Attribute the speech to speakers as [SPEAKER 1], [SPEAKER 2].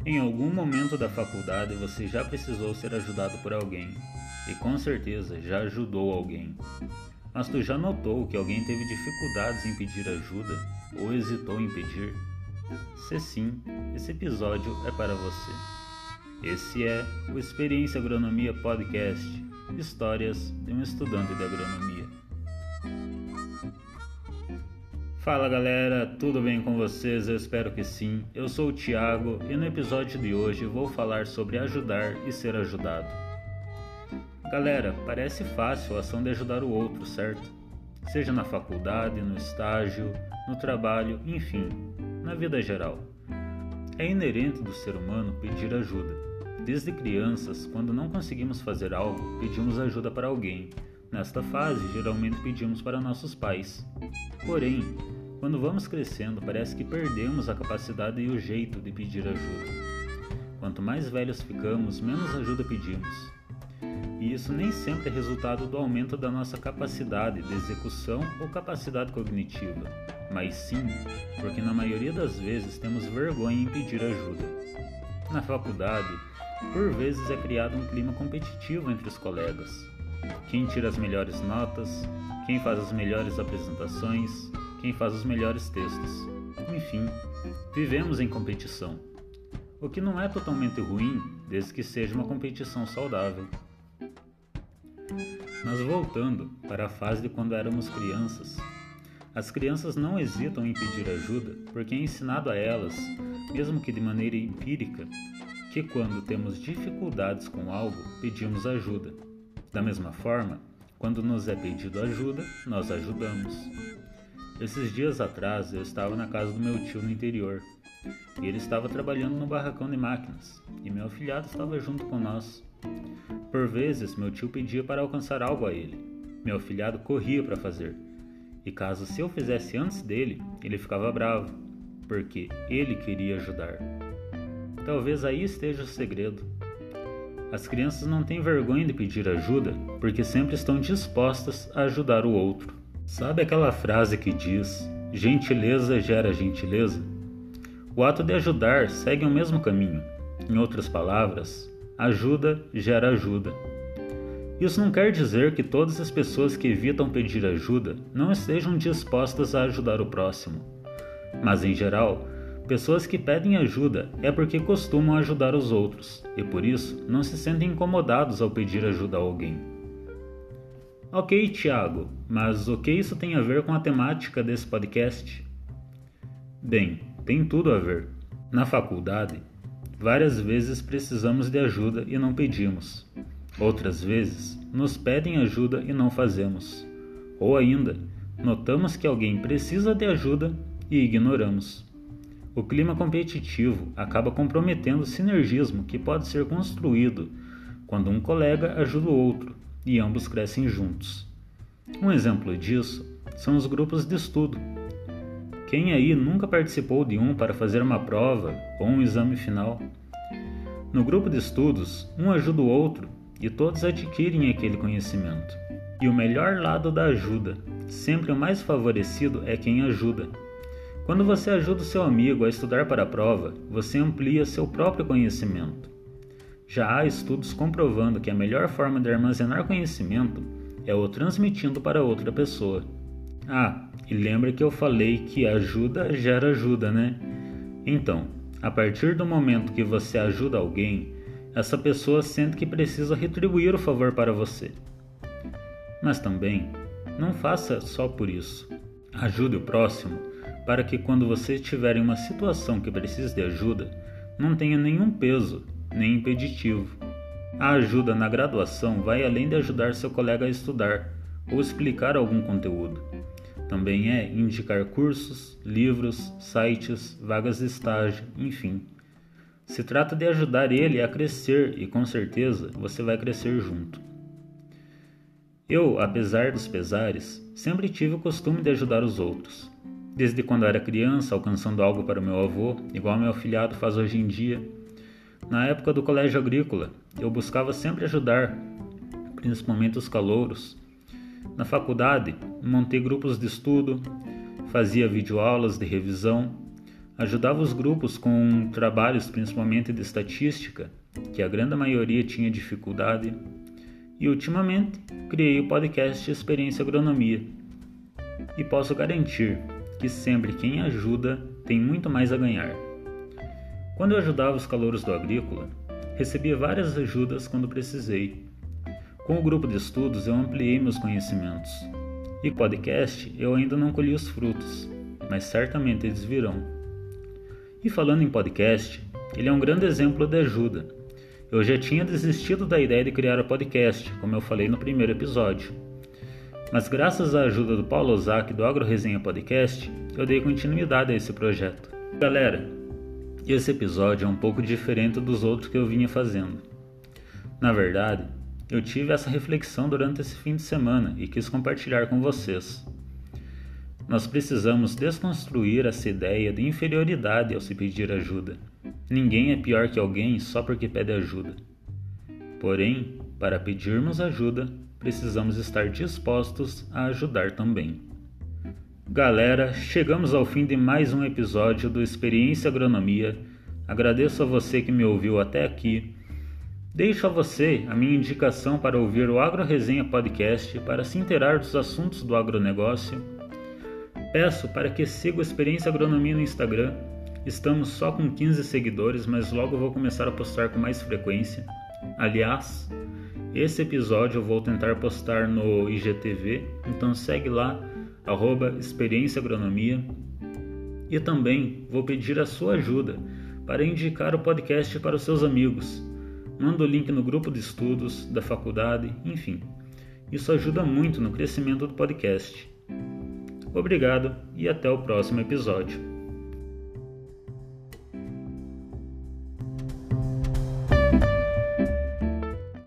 [SPEAKER 1] Em algum momento da faculdade você já precisou ser ajudado por alguém, e com certeza já ajudou alguém. Mas tu já notou que alguém teve dificuldades em pedir ajuda ou hesitou em pedir? Se sim, esse episódio é para você. Esse é o Experiência Agronomia Podcast, histórias de um estudante de agronomia. Fala galera, tudo bem com vocês? Eu espero que sim. Eu sou o Thiago e no episódio de hoje vou falar sobre ajudar e ser ajudado. Galera, parece fácil a ação de ajudar o outro, certo? Seja na faculdade, no estágio, no trabalho, enfim, na vida geral. É inerente do ser humano pedir ajuda. Desde crianças, quando não conseguimos fazer algo, pedimos ajuda para alguém. Nesta fase, geralmente pedimos para nossos pais. Porém, quando vamos crescendo, parece que perdemos a capacidade e o jeito de pedir ajuda. Quanto mais velhos ficamos, menos ajuda pedimos. E isso nem sempre é resultado do aumento da nossa capacidade de execução ou capacidade cognitiva, mas sim porque na maioria das vezes temos vergonha em pedir ajuda. Na faculdade, por vezes é criado um clima competitivo entre os colegas. Quem tira as melhores notas, quem faz as melhores apresentações, quem faz os melhores textos. Enfim, vivemos em competição. O que não é totalmente ruim, desde que seja uma competição saudável. Mas voltando para a fase de quando éramos crianças, as crianças não hesitam em pedir ajuda porque é ensinado a elas, mesmo que de maneira empírica, que quando temos dificuldades com algo, pedimos ajuda. Da mesma forma, quando nos é pedido ajuda, nós ajudamos. Esses dias atrás eu estava na casa do meu tio no interior, e ele estava trabalhando no barracão de máquinas, e meu afilhado estava junto com nós. Por vezes, meu tio pedia para alcançar algo a ele. Meu afilhado corria para fazer, e caso se eu fizesse antes dele, ele ficava bravo, porque ele queria ajudar. Talvez aí esteja o segredo. As crianças não têm vergonha de pedir ajuda porque sempre estão dispostas a ajudar o outro. Sabe aquela frase que diz: gentileza gera gentileza? O ato de ajudar segue o mesmo caminho. Em outras palavras, ajuda gera ajuda. Isso não quer dizer que todas as pessoas que evitam pedir ajuda não estejam dispostas a ajudar o próximo. Mas, em geral, pessoas que pedem ajuda é porque costumam ajudar os outros e, por isso, não se sentem incomodados ao pedir ajuda a alguém. Ok, Thiago, mas o que isso tem a ver com a temática desse podcast? Bem, tem tudo a ver. Na faculdade, várias vezes precisamos de ajuda e não pedimos. Outras vezes, nos pedem ajuda e não fazemos. Ou ainda, notamos que alguém precisa de ajuda e ignoramos. O clima competitivo acaba comprometendo o sinergismo que pode ser construído quando um colega ajuda o outro e ambos crescem juntos. Um exemplo disso são os grupos de estudo. Quem aí nunca participou de um para fazer uma prova ou um exame final? No grupo de estudos, um ajuda o outro e todos adquirem aquele conhecimento. E o melhor lado da ajuda, sempre o mais favorecido, é quem ajuda. Quando você ajuda o seu amigo a estudar para a prova, você amplia seu próprio conhecimento. Já há estudos comprovando que a melhor forma de armazenar conhecimento é o transmitindo para outra pessoa. Ah, e lembra que eu falei que ajuda gera ajuda, né? Então, a partir do momento que você ajuda alguém, essa pessoa sente que precisa retribuir o favor para você. Mas também, não faça só por isso. Ajude o próximo para que quando você estiver em uma situação que precise de ajuda, não tenha nenhum peso, nem impeditivo. A ajuda na graduação vai além de ajudar seu colega a estudar ou explicar algum conteúdo. Também é indicar cursos, livros, sites, vagas de estágio, enfim. Se trata de ajudar ele a crescer e com certeza você vai crescer junto. Eu, apesar dos pesares, sempre tive o costume de ajudar os outros. Desde quando era criança, alcançando algo para o meu avô, igual meu afilhado faz hoje em dia. Na época do colégio agrícola, eu buscava sempre ajudar, principalmente os calouros. Na faculdade, montei grupos de estudo, fazia videoaulas de revisão, Ajudava os grupos com trabalhos principalmente de estatística, que a grande maioria tinha dificuldade. E ultimamente criei o podcast Experiência Agronomia. E posso garantir que sempre quem ajuda tem muito mais a ganhar. Quando eu ajudava os calouros do agrícola, recebia várias ajudas quando precisei. Com o grupo de estudos eu ampliei meus conhecimentos. E podcast eu ainda não colhi os frutos, mas certamente eles virão. E falando em podcast, ele é um grande exemplo de ajuda. Eu já tinha desistido da ideia de criar o podcast, como eu falei no primeiro episódio. Mas graças à ajuda do Paulo Ozaki do Agro Resenha Podcast, eu dei continuidade a esse projeto. Galera, esse episódio é um pouco diferente dos outros que eu vinha fazendo. Na verdade, eu tive essa reflexão durante esse fim de semana e quis compartilhar com vocês. Nós precisamos desconstruir essa ideia de inferioridade ao se pedir ajuda. Ninguém é pior que alguém só porque pede ajuda. Porém, para pedirmos ajuda, precisamos estar dispostos a ajudar também. Galera, chegamos ao fim de mais um episódio do Experiência Agronomia. Agradeço a você que me ouviu até aqui. Deixo a você a minha indicação para ouvir o Agro Resenha Podcast para se inteirar dos assuntos do agronegócio. Peço para que siga o Experiência Agronomia no Instagram. Estamos só com 15 seguidores, mas logo vou começar a postar com mais frequência. Aliás, esse episódio eu vou tentar postar no IGTV, então segue lá, @Experiência Agronomia. E também vou pedir a sua ajuda para indicar o podcast para os seus amigos. Manda o link no grupo de estudos, da faculdade, enfim. Isso ajuda muito no crescimento do podcast. Obrigado e até o próximo episódio.